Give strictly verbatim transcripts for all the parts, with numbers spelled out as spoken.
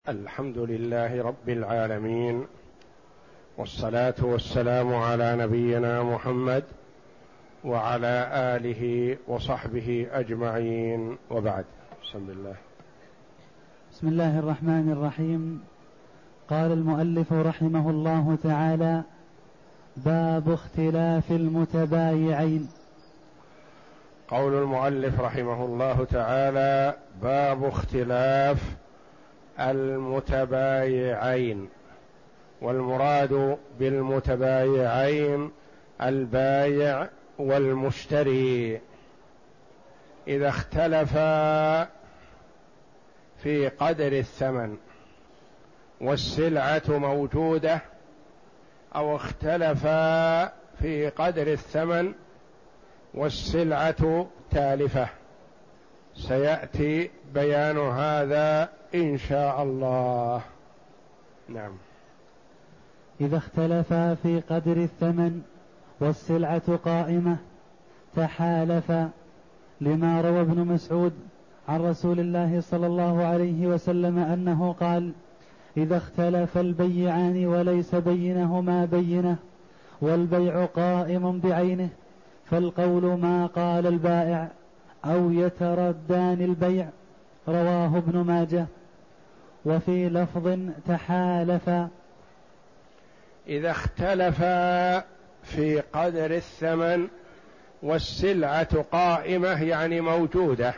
الحمد لله رب العالمين، والصلاة والسلام على نبينا محمد وعلى آله وصحبه أجمعين، وبعد. بسم الله. بسم الله الرحمن الرحيم. قال المؤلف رحمه الله تعالى: باب اختلاف المتبايعين. قول المؤلف رحمه الله تعالى: باب اختلاف المتبايعين، والمراد بالمتبايعين البايع والمشتري إذا اختلفا في قدر الثمن والسلعة موجودة، أو اختلفا في قدر الثمن والسلعة تالفة. سيأتي بيان هذا إن شاء الله. نعم. إذا اختلفا في قدر الثمن والسلعة قائمة تحالفا، لما روى ابن مسعود عن رسول الله صلى الله عليه وسلم أنه قال: إذا اختلف البيعان وليس بينهما بينة والبيع قائم بعينه، فالقول ما قال البائع أو يتردان البيع. رواه ابن ماجه. وفي لفظ تحالفا. إذا اختلفا في قدر الثمن والسلعة قائمة يعني موجودة،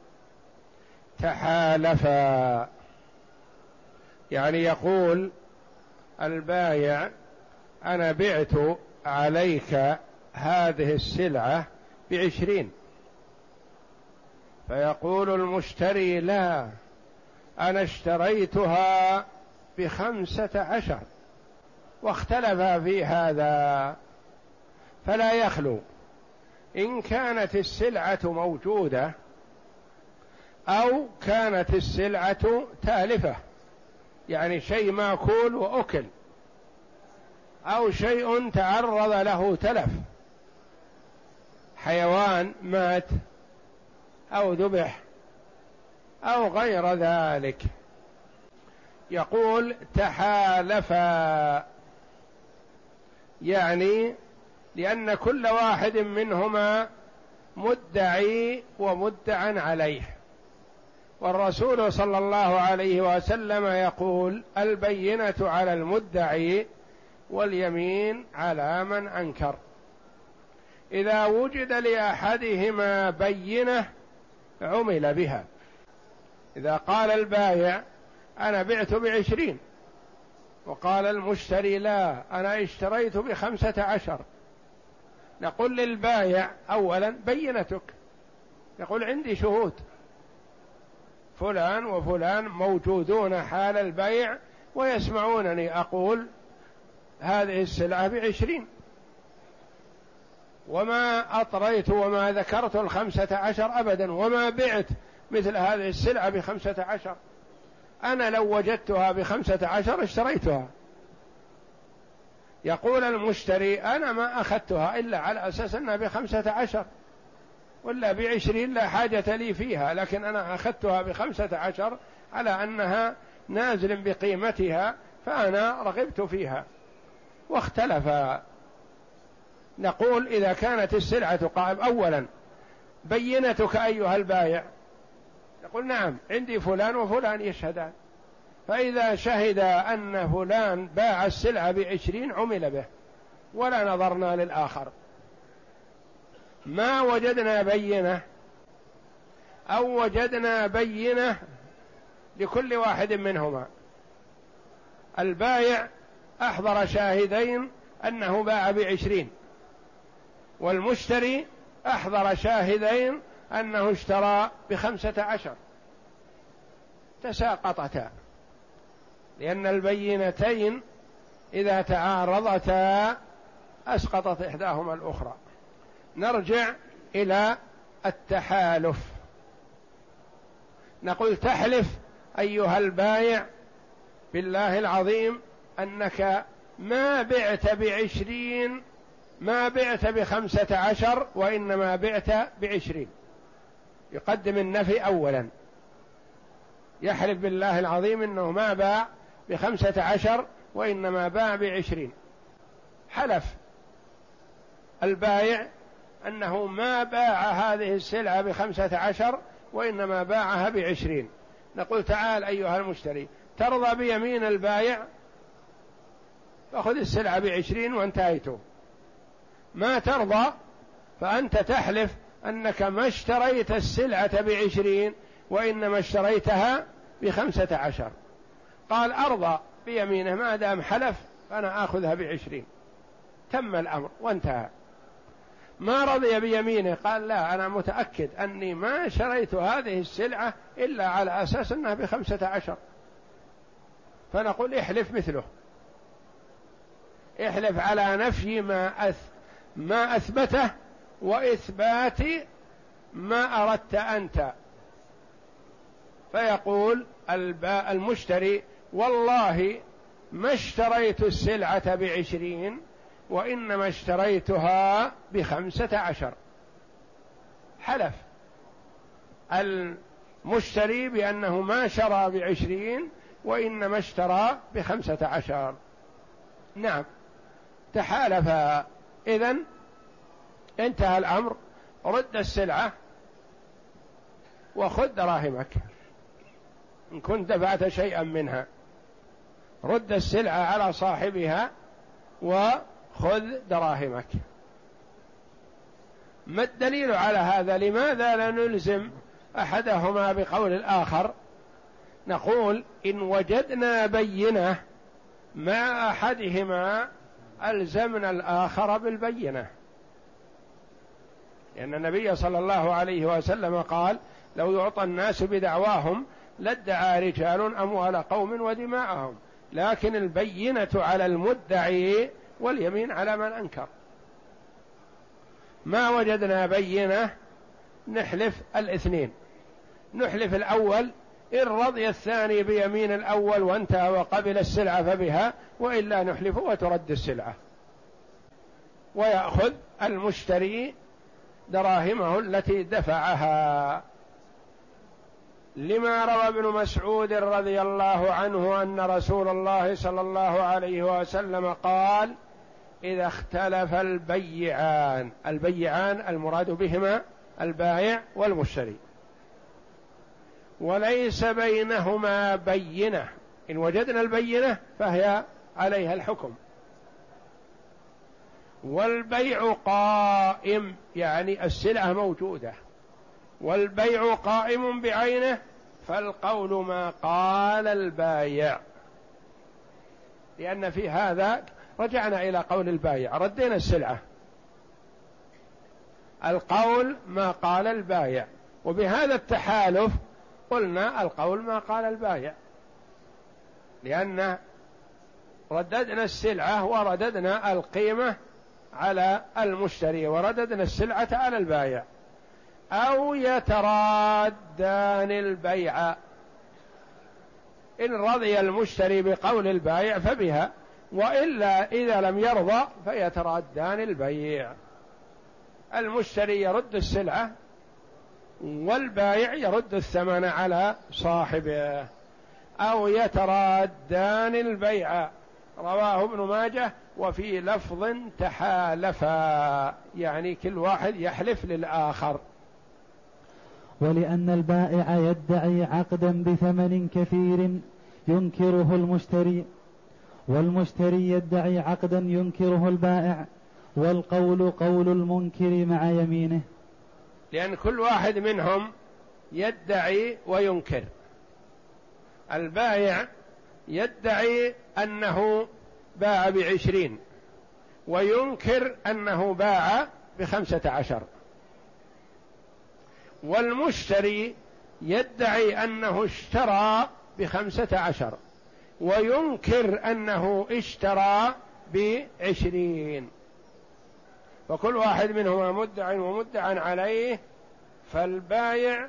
تحالفا يعني يقول البايع: أنا بعت عليك هذه السلعة بعشرين، فيقول المشتري: لا، أنا اشتريتها بخمسة عشر، واختلف في هذا. فلا يخلو إن كانت السلعة موجودة أو كانت السلعة تالفة، يعني شيء ماكول وأكل، أو شيء تعرض له تلف، حيوان مات أو ذبح أو غير ذلك. يقول تحالفا، يعني لأن كل واحد منهما مدعي ومدعى عليه، والرسول صلى الله عليه وسلم يقول: البينة على المدعي واليمين على من أنكر. إذا وجد لأحدهما بينة عمل بها. إذا قال البايع: أنا بعت بعشرين، وقال المشتري: لا، أنا اشتريت بخمسة عشر، نقول للبايع: أولا بينتك. يقول: عندي شهود، فلان وفلان موجودون حال البيع ويسمعونني أقول هذه السلعة بعشرين، وما أطريت وما ذكرت الخمسة عشر أبدا، وما بعت مثل هذه السلعة بخمسة عشر. أنا لو وجدتها بخمسة عشر اشتريتها. يقول المشتري: أنا ما أخذتها إلا على أساس أنها بخمسة عشر، ولا بعشرين لا حاجة لي فيها، لكن أنا أخذتها بخمسة عشر على أنها نازل بقيمتها، فأنا رغبت فيها. واختلفا. نقول: إذا كانت السلعة قائم، أولا بينتك أيها البايع. يقول: نعم، عندي فلان وفلان يشهدان. فإذا شهد أن فلان باع السلعة بعشرين عمل به، ولا نظرنا للآخر. ما وجدنا بينة أو وجدنا بينة لكل واحد منهما، البايع أحضر شاهدين أنه باع بعشرين، والمشتري أحضر شاهدين أنه اشترى بخمسة عشر، تساقطتا، لأن البينتين إذا تعارضتا أسقطت إحداهما الأخرى. نرجع إلى التحالف. نقول: تحلف أيها البايع بالله العظيم أنك ما بعت بعشرين، ما بعت بخمسة عشر، وإنما بعت بعشرين. يقدم النفي أولا، يحلف بالله العظيم إنه ما باع بخمسة عشر وإنما باع بعشرين، حلف البائع أنه ما باع هذه السلعة بخمسة عشر وإنما باعها بعشرين. نقول تعال أيها المشتري، ترضى بيمين البائع؟ فخذ السلعة بعشرين وانتهيته. ما ترضى فأنت تحلف أنك ما اشتريت السلعة بعشرين وإنما اشتريتها بخمسة عشر. قال أرضى بيمينه، ما دام حلف فأنا آخذها بعشرين، تم الأمر وانتهى. ما رضي بيمينه، قال لا أنا متأكد أني ما شريت هذه السلعة إلا على أساس أنها بخمسة عشر، فنقول احلف مثله، احلف على نفي ما أث ما أثبته وإثبات ما أردت أنت. فيقول المشتري والله ما اشتريت السلعة بعشرين وإنما اشتريتها بخمسة عشر. حلف المشتري بأنه ما شرى بعشرين وإنما اشترى بخمسة عشر. نعم، تحالف. إذن انتهى الأمر، رد السلعة وخذ دراهمك إن كنت دفعت شيئا منها، رد السلعة على صاحبها وخذ دراهمك. ما الدليل على هذا؟ لماذا لا نلزم أحدهما بقول الآخر؟ نقول إن وجدنا بينة مع أحدهما ألزمنا الآخر بالبينة، لأن النبي صلى الله عليه وسلم قال لو يعطى الناس بدعواهم لادعى رجال أموال قوم ودماءهم، لكن البينة على المدعي واليمين على من أنكر. ما وجدنا بينة نحلف الاثنين، نحلف الأول إن رضي الثاني بيمين الأول وانتهى وقبل السلعة فبها، وإلا نحلف وترد السلعة ويأخذ المشتري دراهمه التي دفعها. لما روى ابن مسعود رضي الله عنه أن رسول الله صلى الله عليه وسلم قال إذا اختلف البيعان، البيعان المراد بهما البائع والمشتري، وليس بينهما بينة، إن وجدنا البينة فهي عليها الحكم، والبيع قائم يعني السلعة موجودة والبيع قائم بعينه، فالقول ما قال البايع، لأن في هذا رجعنا إلى قول البايع، ردينا السلعة، القول ما قال البايع، وبهذا التحالف قلنا القول ما قال البايع، لأن رددنا السلعة ورددنا القيمة على المشتري ورددنا السلعة على البايع. أو يترادان البيع، إن رضي المشتري بقول البايع فبها، وإلا إذا لم يرضى فيترادان البيع، المشتري يرد السلعة والبايع يرد الثمن على صاحبه. أو يترادان البيع، رواه ابن ماجه وفي لفظ تحالفا، يعني كل واحد يحلف للآخر. ولأن البائع يدعي عقدا بثمن كثير ينكره المشتري، والمشتري يدعي عقدا ينكره البائع، والقول قول المنكر مع يمينه، لأن كل واحد منهم يدعي وينكر. البائع يدعي أنه باع بعشرين وينكر أنه باع بخمسة عشر، والمشتري يدعي أنه اشترى بخمسة عشر وينكر أنه اشترى بعشرين، فكل واحد منهما مدع ومدع عليه. فالبايع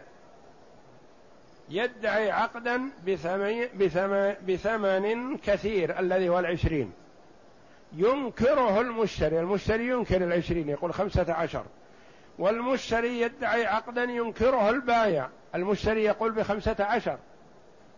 يدعي عقدا بثمن, بثمن, بثمن كثير الذي هو العشرين، ينكره المشتري، المشتري ينكر العشرين يقول خمسة عشر، والمشتري يدعي عقدا ينكره البايع، المشتري يقول بخمسة عشر،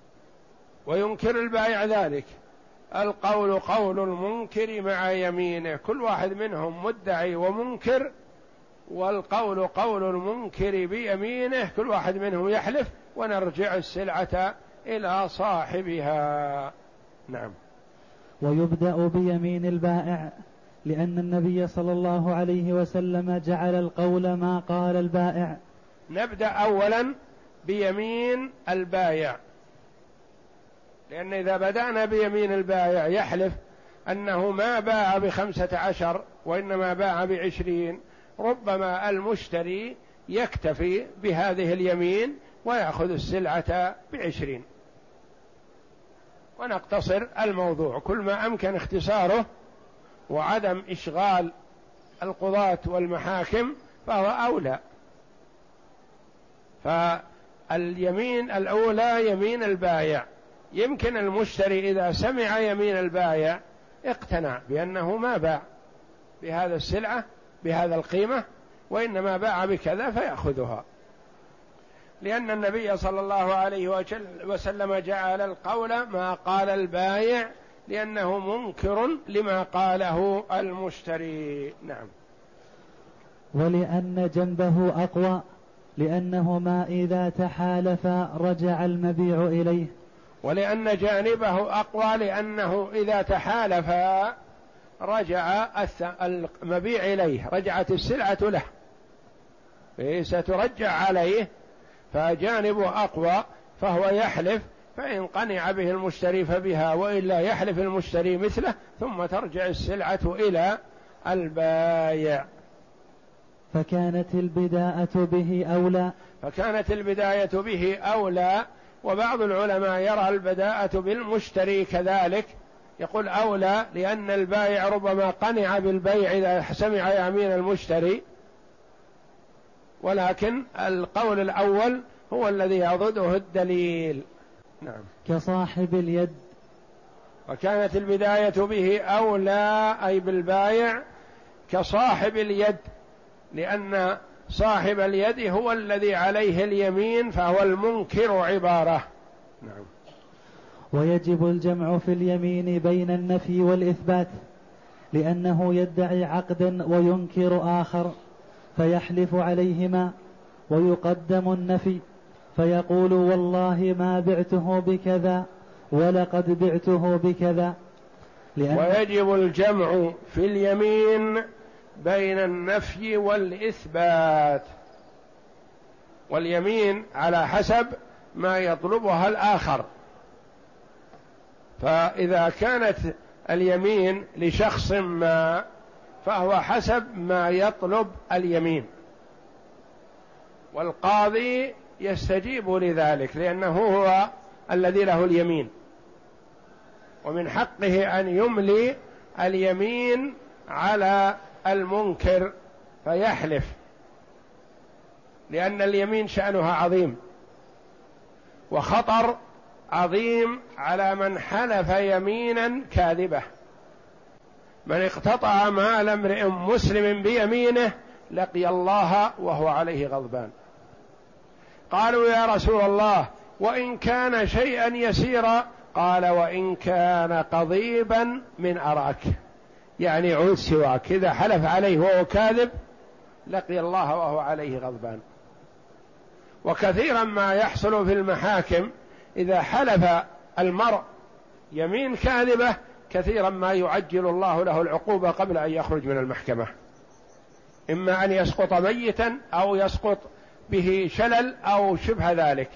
وينكر البائع ذلك. القول قول المنكر مع يمينه، كل واحد منهم مدعي ومنكر، والقول قول المنكر بيمينه، كل واحد منهم يحلف ونرجع السلعة إلى صاحبها. نعم. ويبدأ بيمين البائع، لأن النبي صلى الله عليه وسلم جعل القول ما قال البائع. نبدأ أولا بيمين البائع، لأن إذا بدأنا بيمين البائع يحلف أنه ما باع بخمسة عشر وإنما باع بعشرين، ربما المشتري يكتفي بهذه اليمين ويأخذ السلعة بعشرين ونقتصر الموضوع. كل ما أمكن اختصاره وعدم إشغال القضاة والمحاكم فهو أولى. فاليمين الأولى يمين البائع، يمكن المشتري إذا سمع يمين البائع اقتنع بأنه ما باع بهذا السلعة بهذا القيمة وإنما باع بكذا فيأخذها، لأن النبي صلى الله عليه وسلم جعل القول ما قال البائع لأنه منكر لما قاله المشتري. نعم. ولأن جنبه أقوى، لأنه ما إذا تحالف رجع المبيع إليه. ولأن جانبه أقوى، لأنه إذا تحالف رجع المبيع إليه، رجعت السلعة له سترجع عليه، فجانبه أقوى فهو يحلف، فإن قنع به المشتري فبها، وإلا يحلف المشتري مثله ثم ترجع السلعة إلى البائع. فكانت البداءة به أولى فكانت البداية به أولى. وبعض العلماء يرى البداءة بالمشتري كذلك، يقول أولى، لأن البائع ربما قنع بالبيع إذا سمع يمين المشتري، ولكن القول الأول هو الذي يضده الدليل. نعم. كصاحب اليد. وكانت البداية به أولى أي بالبائع كصاحب اليد، لأن صاحب اليد هو الذي عليه اليمين فهو المنكر عبارة. نعم. ويجب الجمع في اليمين بين النفي والإثبات، لأنه يدعي عقدا وينكر آخر فيحلف عليهما، ويقدم النفي فيقول والله ما بعته بكذا ولقد بعته بكذا. ويجب الجمع في اليمين بين النفي والإثبات، واليمين على حسب ما يطلبها الآخر. فإذا كانت اليمين لشخص ما فهو حسب ما يطلب اليمين، والقاضي يستجيب لذلك لأنه هو الذي له اليمين، ومن حقه أن يملي اليمين على المنكر فيحلف، لأن اليمين شأنها عظيم وخطر عظيم على من حلف يمينا كاذبة. من اقتطع مال امرئ مسلم بيمينه لقي الله وهو عليه غضبان. قالوا يا رسول الله وإن كان شيئا يسيرا، قال وإن كان قضيبا من أراك، يعني عود سواك، إذا حلف عليه وهو كاذب لقي الله وهو عليه غضبان. وكثيرا ما يحصل في المحاكم إذا حلف المرء يمين كاذبة كثيرا ما يعجل الله له العقوبة قبل أن يخرج من المحكمة، إما أن يسقط ميتا أو يسقط به شلل أو شبه ذلك.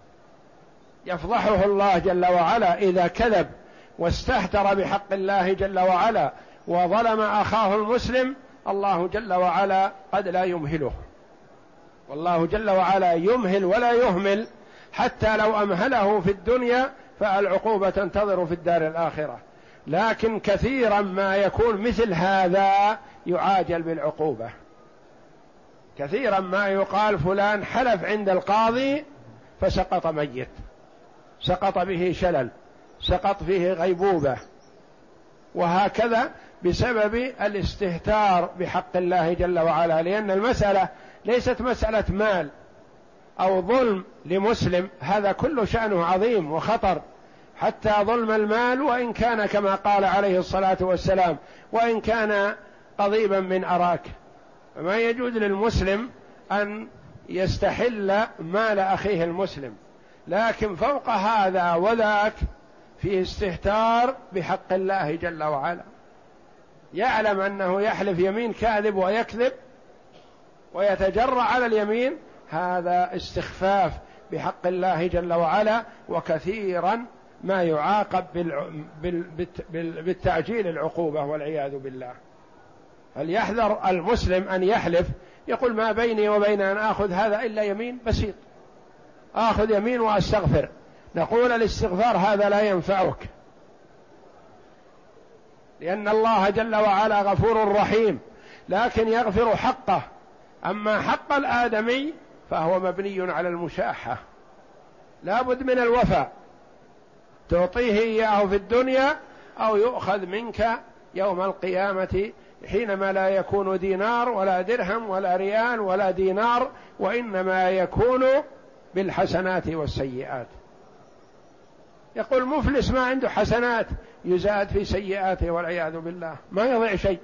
يفضحه الله جل وعلا إذا كذب واستهتر بحق الله جل وعلا وظلم أخاه المسلم، الله جل وعلا قد لا يمهله، والله جل وعلا يمهل ولا يهمل، حتى لو أمهله في الدنيا فالعقوبة تنتظر في الدار الآخرة. لكن كثيرا ما يكون مثل هذا يعاجل بالعقوبة. كثيرا ما يقال فلان حلف عند القاضي فسقط ميت، سقط به شلل، سقط فيه غيبوبة، وهكذا بسبب الاستهتار بحق الله جل وعلا. لأن المسألة ليست مسألة مال أو ظلم لمسلم، هذا كل شأنه عظيم وخطر، حتى ظلم المال، وإن كان كما قال عليه الصلاة والسلام وإن كان قضيبا من أراك. فما يجوز للمسلم أن يستحل مال أخيه المسلم، لكن فوق هذا وذاك فيه استهتار بحق الله جل وعلا، يعلم أنه يحلف يمين كاذب ويكذب ويتجرأ على اليمين، هذا استخفاف بحق الله جل وعلا، وكثيرا ما يعاقب بالتعجيل العقوبة والعياذ بالله. فليحذر المسلم أن يحلف يقول ما بيني وبين أن آخذ هذا إلا يمين بسيط، آخذ يمين وأستغفر. نقول الاستغفار هذا لا ينفعك، لأن الله جل وعلا غفور رحيم، لكن يغفر حقه. أما حق الآدمي فهو مبني على المشاحة، لا بد من الوفاء، تعطيه إياه في الدنيا أو يؤخذ منك يوم القيامة، حينما لا يكون دينار ولا درهم ولا ريال ولا دينار، وإنما يكون بالحسنات والسيئات. يقول مفلس ما عنده حسنات يزاد في سيئاته والعياذ بالله، ما يضيع شيء.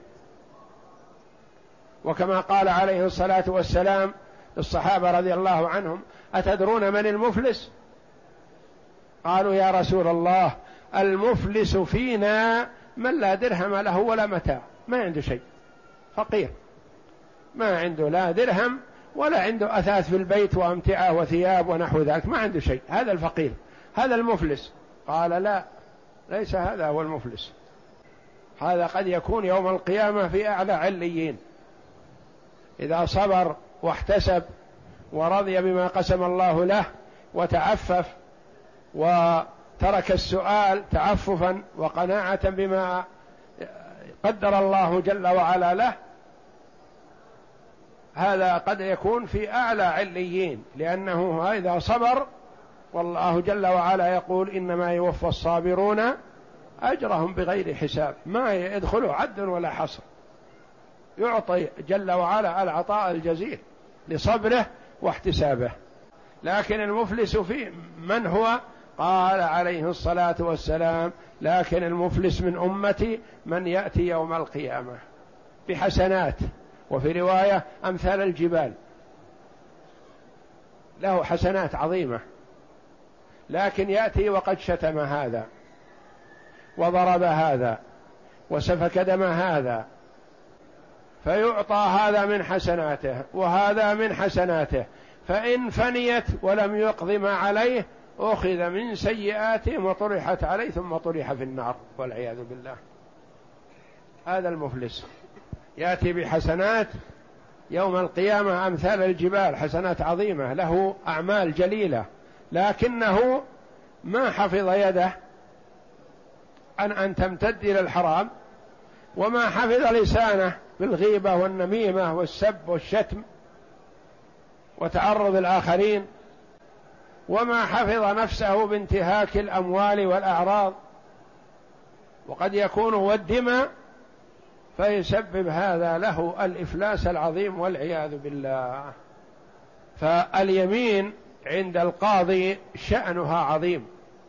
وكما قال عليه الصلاة والسلام الصحابة رضي الله عنهم: أتدرون من المفلس؟ قالوا يا رسول الله المفلس فينا من لا درهم له ولا متاع، ما عنده شيء، فقير، ما عنده لا درهم ولا عنده أثاث في البيت وأمتعة وثياب ونحو ذلك، ما عنده شيء، هذا الفقير، هذا المفلس. قال لا، ليس هذا هو المفلس، هذا قد يكون يوم القيامة في أعلى عليين، إذا صبر واحتسب ورضي بما قسم الله له وتعفف وترك السؤال تعففا وقناعة بما قدر الله جل وعلا له، هذا قد يكون في أعلى عليين، لأنه إذا صبر، والله جل وعلا يقول إنما يوفى الصابرون أجرهم بغير حساب، ما يدخله عد ولا حصر، يعطي جل وعلا العطاء الجزيل لصبره واحتسابه. لكن المفلس فيه من هو؟ قال عليه الصلاة والسلام: لكن المفلس من أمتي من يأتي يوم القيامة بحسنات، وفي رواية أمثال الجبال، له حسنات عظيمة، لكن يأتي وقد شتم هذا وضرب هذا وسفك دم هذا، فيعطى هذا من حسناته وهذا من حسناته، فإن فنيت ولم يقض ما عليه أخذ من سيئاتهم وطرحت عليه ثم طرح في النار والعياذ بالله. هذا المفلس يأتي بحسنات يوم القيامة أمثال الجبال، حسنات عظيمة، له أعمال جليلة، لكنه ما حفظ يده عن أن تمتد إلى الحرام، وما حفظ لسانه بالغيبة والنميمة والسب والشتم وتعرض الآخرين، وما حفظ نفسه بانتهاك الأموال والأعراض، وقد يكون والدماء، فيسبب هذا له الإفلاس العظيم والعياذ بالله. فاليمين عند القاضي شأنها عظيم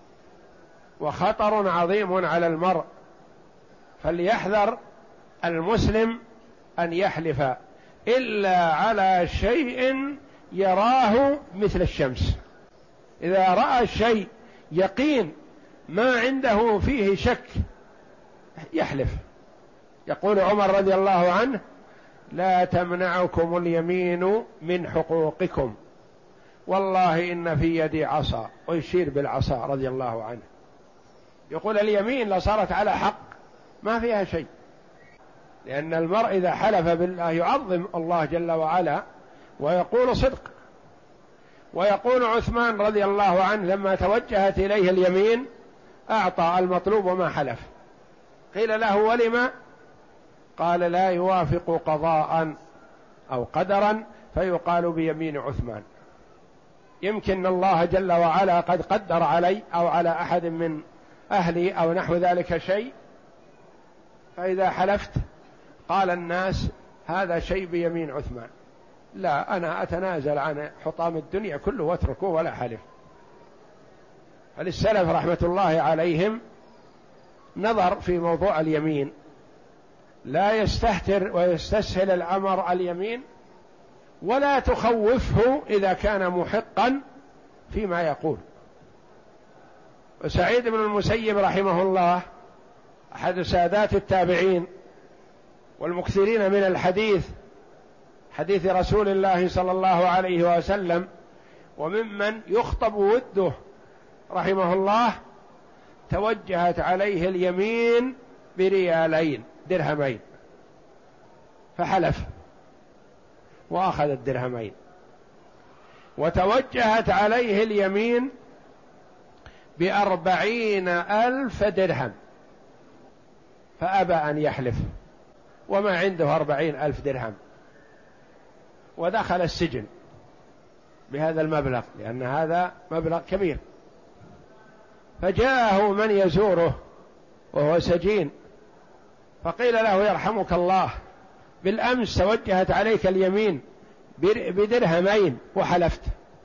وخطر عظيم على المرء، فليحذر المسلم أن يحلف إلا على شيء يراه مثل الشمس. إذا رأى الشيء يقين ما عنده فيه شك يحلف. يقول عمر رضي الله عنه: لا تمنعكم اليمين من حقوقكم، والله إن في يدي عصا، ويشير بالعصا رضي الله عنه. يقول اليمين لو صارت على حق ما فيها شيء، لأن المرء إذا حلف بالله يعظم الله جل وعلا ويقول صدق. ويقول عثمان رضي الله عنه لما توجهت إليه اليمين أعطى المطلوب وما حلف. قيل له: ولما؟ قال: لا يوافق قضاء أو قدرا فيقال بيمين عثمان. يمكن الله جل وعلا قد قدر علي أو على أحد من أهلي أو نحو ذلك شيء، فإذا حلفت قال الناس هذا شيء بيمين عثمان، لا، أنا أتنازل عن حطام الدنيا كله واتركه ولا حلف. السلف رحمة الله عليهم نظر في موضوع اليمين، لا يستهتر ويستسهل الأمر اليمين، ولا تخوفه إذا كان محقا فيما يقول. وسعيد بن المسيب رحمه الله أحد سادات التابعين والمكثرين من الحديث، حديث رسول الله صلى الله عليه وسلم، وممن يخطب وده رحمه الله، توجهت عليه اليمين بريالين درهمين، فحلف وأخذ الدرهمين. وتوجهت عليه اليمين بأربعين ألف درهم، فأبى أن يحلف وما عنده أربعين ألف درهم، ودخل السجن بهذا المبلغ، لأن هذا مبلغ كبير. فجاءه من يزوره وهو سجين، فقيل له يرحمك الله، بالأمس توجهت عليك اليمين بدرهمين وحلفت،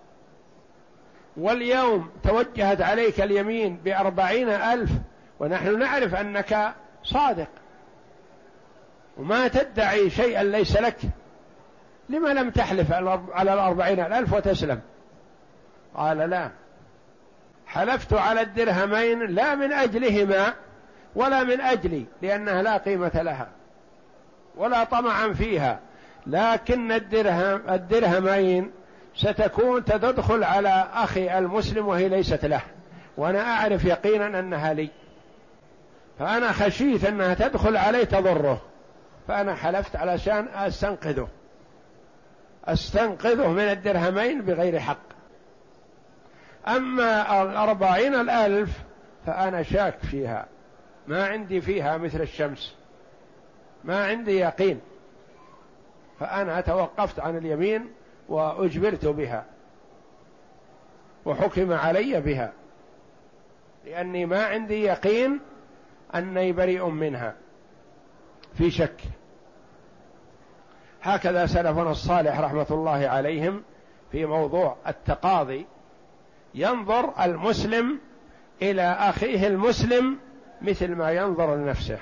واليوم توجهت عليك اليمين بأربعين ألف، ونحن نعرف أنك صادق وما تدعي شيئا ليس لك، لما لم تحلف على الأربعين ألف وتسلم؟ قال لا، حلفت على الدرهمين لا من أجلهما ولا من أجلي، لأنها لا قيمة لها ولا طمعا فيها، لكن الدرهم الدرهمين ستكون تدخل على أخي المسلم وهي ليست له، وأنا أعرف يقينا أنها لي، فأنا خشيت أنها تدخل عليه تضره، فأنا حلفت علشان أستنقذه أستنقذه من الدرهمين بغير حق. أما الأربعين الألف فأنا شاك فيها، ما عندي فيها مثل الشمس، ما عندي يقين، فأنا توقفت عن اليمين وأجبرت بها وحكم علي بها، لأني ما عندي يقين أني بريء منها، في شك. هكذا سلفنا الصالح رحمة الله عليهم في موضوع التقاضي، ينظر المسلم إلى أخيه المسلم مثل ما ينظر لنفسه،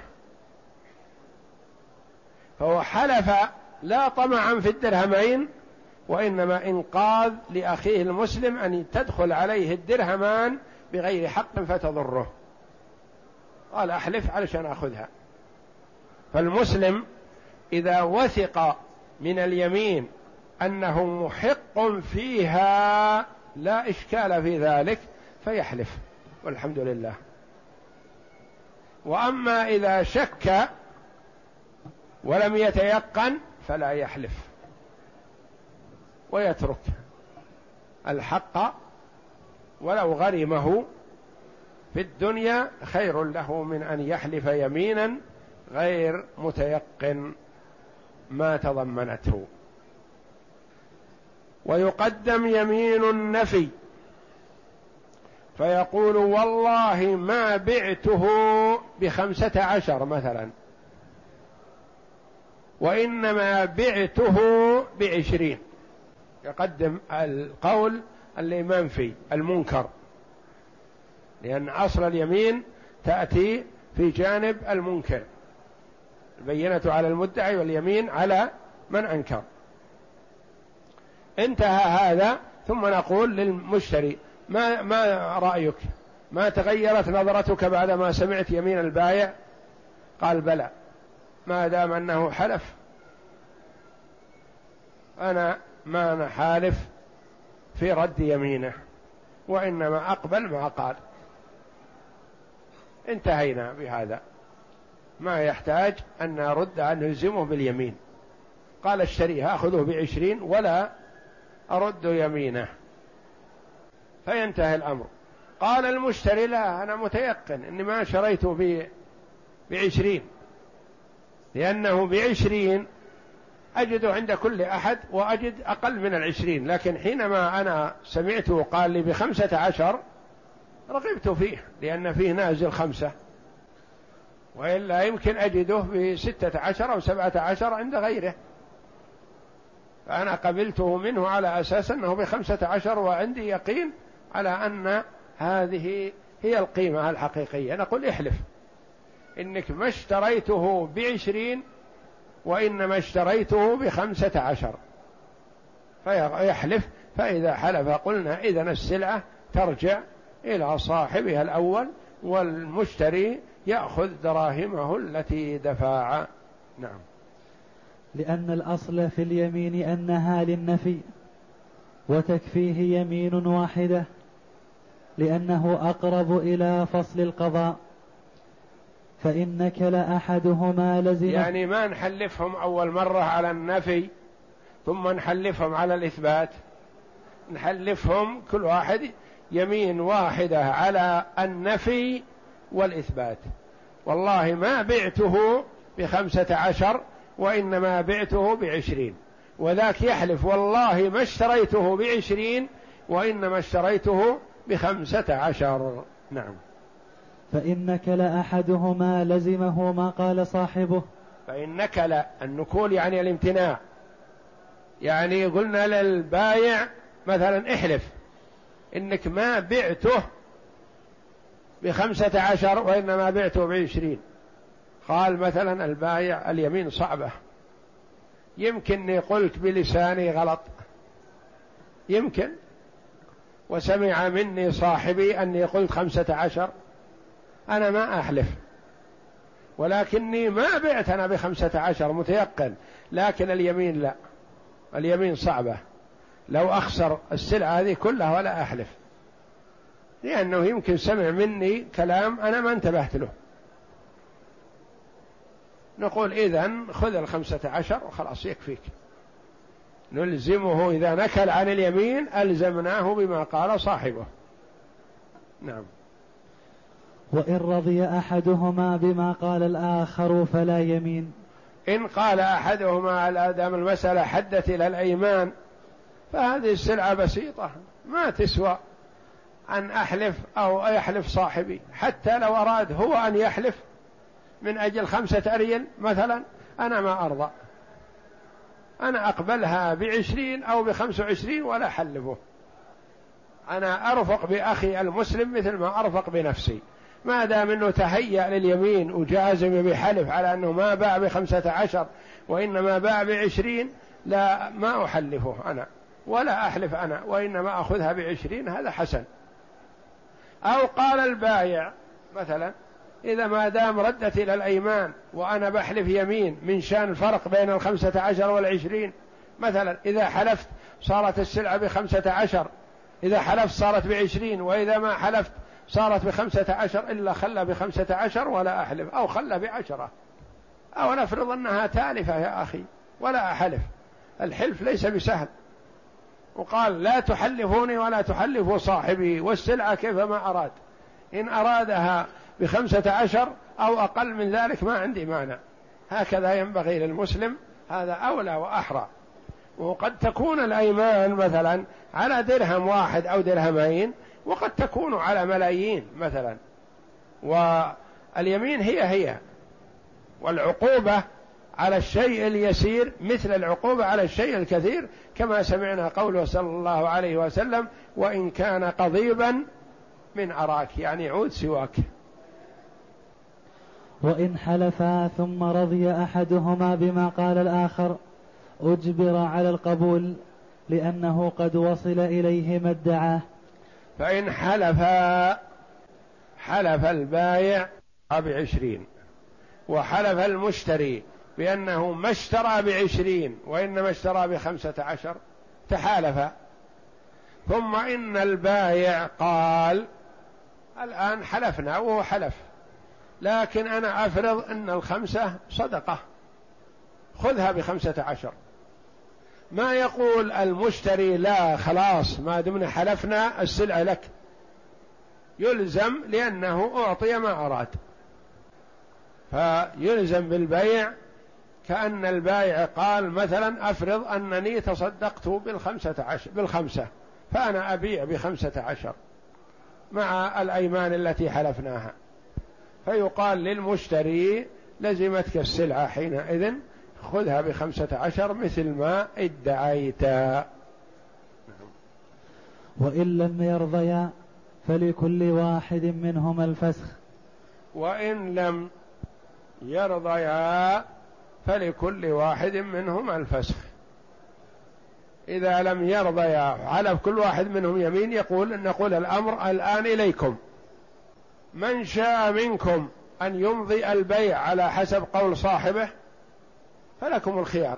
فهو حلف لا طمعا في الدرهمين، وإنما إنقاذ لأخيه المسلم أن تدخل عليه الدرهمان بغير حق فتضره، قال أحلف علشان أخذها. فالمسلم إذا وثق من اليمين أنه محق فيها لا إشكال في ذلك فيحلف والحمد لله. وأما إذا شك ولم يتيقن فلا يحلف ويترك الحق ولو غرمه في الدنيا، خير له من أن يحلف يمينا غير متيقن ما تضمنته. ويقدم يمين النفي، فيقول والله ما بعته بخمسة عشر مثلا، وإنما بعته بعشرين، يقدم القول اللي منفي المنكر، لأن أصل اليمين تأتي في جانب المنكر، البينة على المدعي واليمين على من أنكر. انتهى هذا، ثم نقول للمشتري ما ما رأيك؟ ما تغيرت نظرتك بعدما سمعت يمين البائع؟ قال بلى، ما دام أنه حلف أنا ما أنا حالف في رد يمينه، وإنما أقبل ما قال. انتهينا بهذا، ما يحتاج أن نرد أن نلزمه باليمين. قال اشتريها أخذه بعشرين ولا أرد يمينه، فينتهي الأمر. قال المشتري لا، أنا متيقن أني ما شريته بعشرين، لأنه بعشرين أجد عند كل أحد وأجد أقل من العشرين، لكن حينما أنا سمعته قال لي بخمسة عشر رغبت فيه، لأن فيه نازل خمسة، وإلا يمكن أجده بستة عشر أو سبعة عشر عند غيره، فأنا قبلته منه على أساس أنه بخمسة عشر، وعندي يقين على أن هذه هي القيمة الحقيقية. نقول احلف إنك ما اشتريته بعشرين وإنما اشتريته بخمسة عشر، فيحلف. فإذا حلف قلنا إذن السلعة ترجع إلى صاحبها الأول، والمشتري يأخذ دراهمه التي دفع. نعم. لأن الأصل في اليمين أنها للنفي، وتكفيه يمين واحدة لأنه أقرب إلى فصل القضاء، فإن نكل أحدهما لزم. يعني ما نحلفهم أول مرة على النفي ثم نحلفهم على الإثبات، نحلفهم كل واحد يمين واحدة على النفي والإثبات. والله ما بعته بخمسة عشر وإنما بعته بعشرين، وذاك يحلف والله ما اشتريته بعشرين وإنما اشتريته بخمسة عشر. نعم. فإن نكل أحدهما لزمه ما قال صاحبه. فإن نكل، النكول يعني الامتناع، يعني قلنا للبايع مثلا احلف إنك ما بعته بخمسة عشر وإنما بعته بعشرين. قال مثلا البايع اليمين صعبة، يمكنني قلت بلساني غلط، يمكن، وسمع مني صاحبي أني قلت خمسة عشر، أنا ما أحلف، ولكني ما بعت أنا بخمسة عشر متيقن، لكن اليمين لا، اليمين صعبة، لو أخسر السلعة هذه كلها ولا أحلف، لأنه يمكن سمع مني كلام أنا ما انتبهت له. نقول إذن خذ الخمسة عشر وخلاص يكفيك، نلزمه إذا نكل عن اليمين ألزمناه بما قال صاحبه. نعم. وإن رضي أحدهما بما قال الآخر فلا يمين. إن قال أحدهما على دام المسألة حدت إلى الأيمان، فهذه السلعة بسيطة ما تسوى أن أحلف أو يحلف صاحبي، حتى لو أراد هو أن يحلف من أجل خمسة أريل مثلا، أنا ما أرضى، أنا أقبلها بعشرين أو بخمس وعشرين ولا حلفه، أنا أرفق بأخي المسلم مثل ما أرفق بنفسي، ما دام أنه تهيأ لليمين وجازم بحلف على أنه ما باع بخمسة عشر وإنما باع بعشرين، لا ما أحلفه أنا ولا أحلف أنا، وإنما أخذها بعشرين، هذا حسن. أو قال البايع مثلا إذا ما دام ردت إلى الأيمان وأنا بحلف يمين من شان الفرق بين الخمسة عشر والعشرين، مثلا إذا حلفت صارت السلعة بخمسة عشر، إذا حلفت صارت بعشرين، وإذا ما حلفت صارت بخمسة عشر، إلا خلى بخمسة عشر ولا أحلف، أو خلى بعشرة، أو نفرض أنها تالفة يا أخي ولا أحلف، الحلف ليس بسهل. وقال لا تحلفوني ولا تحلفوا صاحبي، والسلعة كيفما أراد، إن أرادها بخمسة عشر أو أقل من ذلك ما عندي مانع، هكذا ينبغي للمسلم، هذا أولى وأحرى. وقد تكون الأيمان مثلا على درهم واحد أو درهمين، وقد تكون على ملايين مثلا، واليمين هي هي، والعقوبة على الشيء اليسير مثل العقوبة على الشيء الكثير، كما سمعنا قوله صلى الله عليه وسلم وإن كان قضيبا من أراك، يعني عود سواك. وإن حلفا ثم رضي أحدهما بما قال الآخر أجبر على القبول، لأنه قد وصل إليه ما ادعاه. فإن حلفا، حلف البايع بعشرين وحلف المشتري بأنه ما اشترى بعشرين وإنما اشترى بخمسة عشر، تحالفا، ثم إن البايع قال الآن حلفنا وهو حلف، لكن أنا أفرض أن الخمسة صدقة، خذها بخمسة عشر، ما يقول المشتري لا خلاص ما دمنا حلفنا السلعة لك، يلزم لأنه أعطي ما أراد، فيلزم بالبيع. كأن البائع قال مثلا أفرض أنني تصدقت بالخمسة عشر بالخمسة، فأنا أبيع بخمسة عشر مع الأيمان التي حلفناها، فيقال للمشتري لزمتك السلعة حينئذ خذها بخمسة عشر مثل ما ادعيت. وإن لم يرضيا فلكل واحد منهما الفسخ. وإن لم يرضيا فلكل واحد منهما الفسخ. إذا لم يرضيا على كل واحد منهم يمين، يقول نقول الأمر الآن إليكم، من شاء منكم أن يمضي البيع على حسب قول صاحبه فلكم الخيار،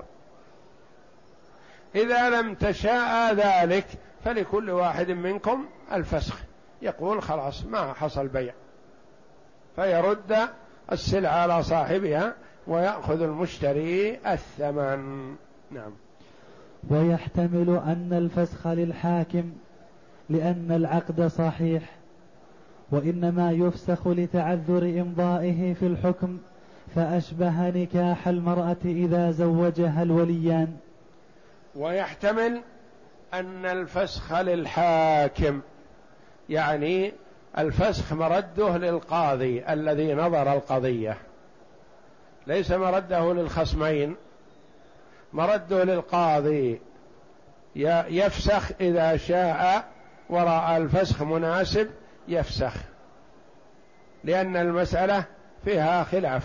إذا لم تشاء ذلك فلكل واحد منكم الفسخ، يقول خلاص ما حصل بيع، فيرد السلعة على صاحبها ويأخذ المشتري الثمن. نعم. ويحتمل أن الفسخ للحاكم لأن العقد صحيح، وإنما يفسخ لتعذر إمضائه في الحكم، فأشبه نكاح المرأة إذا زوجها الوليان. ويحتمل أن الفسخ للحاكم، يعني الفسخ مرده للقاضي الذي نظر القضية، ليس مرده للخصمين، مرده للقاضي يفسخ إذا شاء ورأى الفسخ مناسب يفسخ، لأن المسألة فيها خلاف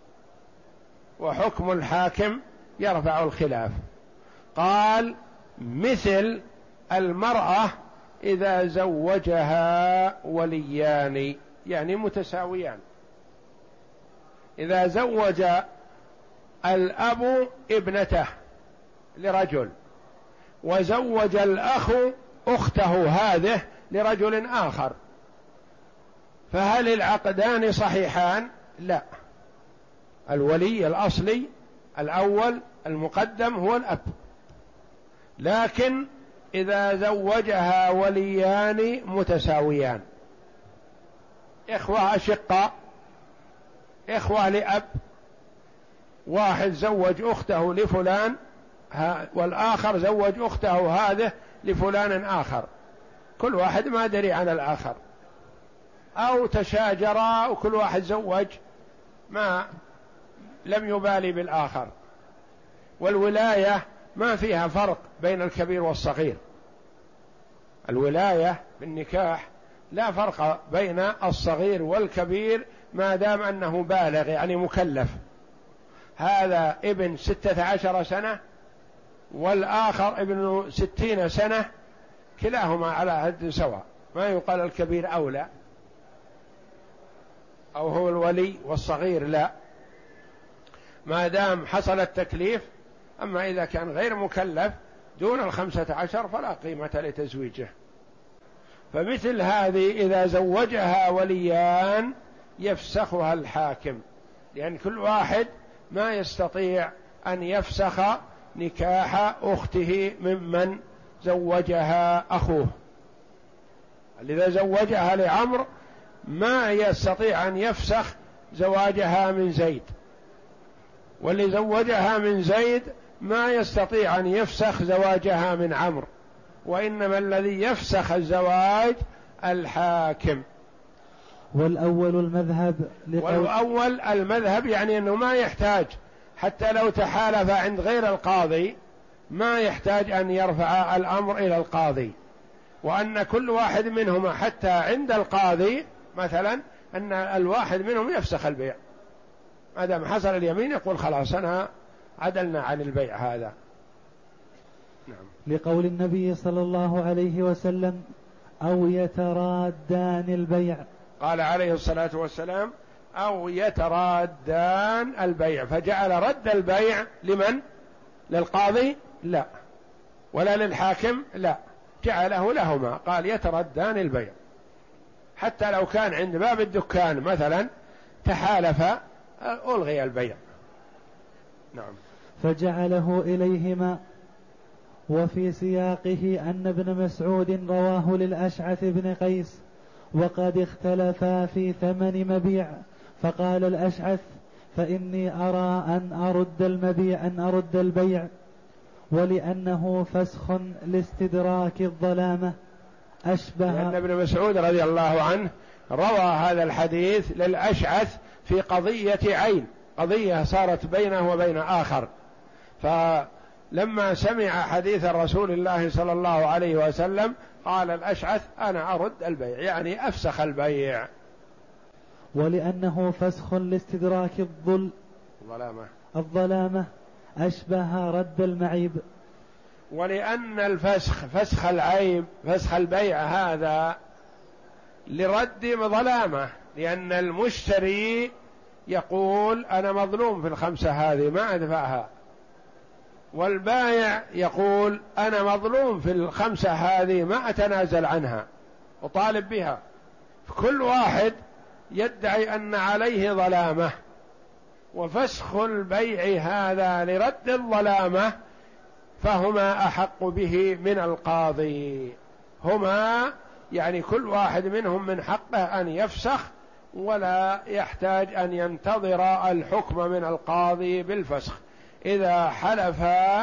وحكم الحاكم يرفع الخلاف. قال مثل المرأة إذا زوجها وليان، يعني متساويان، إذا زوج الأب ابنته لرجل وزوج الأخ أخته هذه لرجل آخر، فهل العقدان صحيحان؟ لا، الولي الأصلي الأول المقدم هو الأب، لكن إذا زوجها وليان متساويان، إخوة أشقاء، إخوة لأب، واحد زوج أخته لفلان والآخر زوج أخته هذه لفلان آخر، كل واحد ما دري عن الآخر، أو تشاجرا وكل واحد زوج ما لم يبالي بالآخر، والولاية ما فيها فرق بين الكبير والصغير، الولاية بالنكاح لا فرق بين الصغير والكبير ما دام أنه بالغ يعني مكلف، هذا ابن ستة عشر سنة والآخر ابن ستين سنة، كلاهما على حد سواء، ما يقال الكبير أولى أو هو الولي والصغير، لا، ما دام حصل التكليف. أما إذا كان غير مكلف دون الخمسة عشر فلا قيمة لتزويجه. فمثل هذه إذا زوجها وليان يفسخها الحاكم، لأن كل واحد ما يستطيع أن يفسخ نكاح أخته ممن زوجها أخوه. إذا زوجها لعمر ما يستطيع أن يفسخ زواجها من زيد، واللي زوجها من زيد ما يستطيع أن يفسخ زواجها من عمرو، وإنما الذي يفسخ الزواج الحاكم. والأول المذهب والأول المذهب يعني أنه ما يحتاج، حتى لو تحالف عند غير القاضي ما يحتاج أن يرفع الأمر إلى القاضي، وأن كل واحد منهما حتى عند القاضي مثلا أن الواحد منهم يفسخ البيع، ما دام حصل اليمين يقول خلاص أنا عدلنا عن البيع هذا. نعم. لقول النبي صلى الله عليه وسلم أو يترادان البيع، قال عليه الصلاة والسلام أو يترادان البيع، فجعل رد البيع لمن؟ للقاضي؟ لا، ولا للحاكم؟ لا، جعله لهما، قال يتردان البيع، حتى لو كان عند باب الدكان مثلا تحالف ألغي البيع. نعم. فجعله إليهما. وفي سياقه أن ابن مسعود رواه للأشعث بن قيس وقد اختلفا في ثمن مبيع، فقال الأشعث فإني أرى أن أرد المبيع أن أرد البيع، ولأنه فسخ لاستدراك الظلامة أشبه. لأن ابن مسعود رضي الله عنه روى هذا الحديث للأشعث في قضية عين، قضية صارت بينه وبين آخر، فلما لما سمع حديث رسول الله صلى الله عليه وسلم قال الأشعث أنا أرد البيع، يعني أفسخ البيع. ولأنه فسخ لاستدراك الظل الظلامة الظلامة أشبه رد المعيب. ولأن الفسخ فسخ العيب فسخ البيع هذا لرد ظلامة، لأن المشتري يقول أنا مظلوم في الخمسة هذه ما أدفعها، والبائع يقول أنا مظلوم في الخمسة هذه ما أتنازل عنها أطالب بها، كل واحد يدعي أن عليه ظلامة. وفسخ البيع هذا لرد الظلامة فهما أحق به من القاضي، هما يعني كل واحد منهم من حقه أن يفسخ ولا يحتاج أن ينتظر الحكم من القاضي بالفسخ. إذا حلف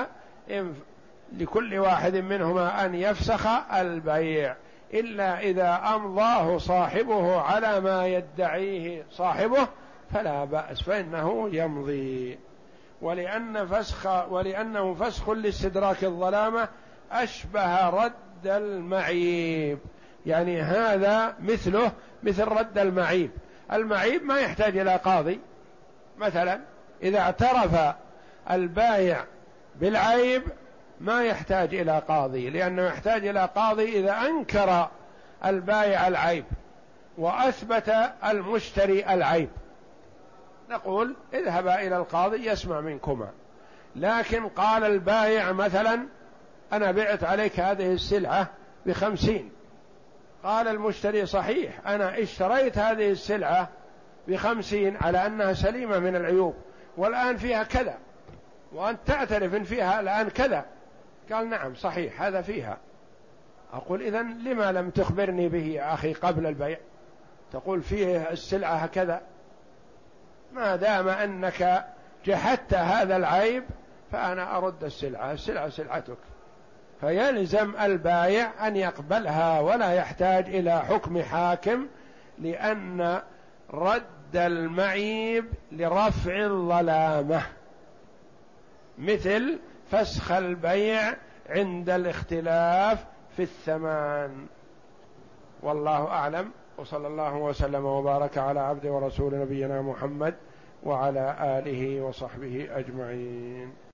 لكل واحد منهما أن يفسخ البيع، إلا إذا أمضاه صاحبه على ما يدعيه صاحبه فلا بأس فإنه يمضي. ولأن فسخ ولأنه فسخ لاستدراك الظلامة أشبه رد المعيب، يعني هذا مثله مثل رد المعيب. المعيب ما يحتاج إلى قاضي، مثلا إذا اعترف البائع بالعيب ما يحتاج إلى قاضي، لأنه يحتاج إلى قاضي إذا أنكر البائع العيب وأثبت المشتري العيب، نقول اذهبا إلى القاضي يسمع منكما. لكن قال البائع مثلا أنا بعت عليك هذه السلعة بخمسين، قال المشتري صحيح أنا اشتريت هذه السلعة بخمسين على أنها سليمة من العيوب والآن فيها كذا، وأنت تعترف إن فيها الآن كذا، قال نعم صحيح هذا فيها. أقول إذن لما لم تخبرني به يا أخي قبل البيع؟ تقول فيه السلعة هكذا، ما دام أنك جحدت هذا العيب فأنا أرد السلعة، السلعة سلعتك. فيلزم البائع أن يقبلها ولا يحتاج إلى حكم حاكم، لأن رد المعيب لرفع الظلامة، مثل فسخ البيع عند الاختلاف في الثمان. والله أعلم، وصلى الله وسلم وبارك على عبد ورسول نبينا محمد وعلى آله وصحبه أجمعين.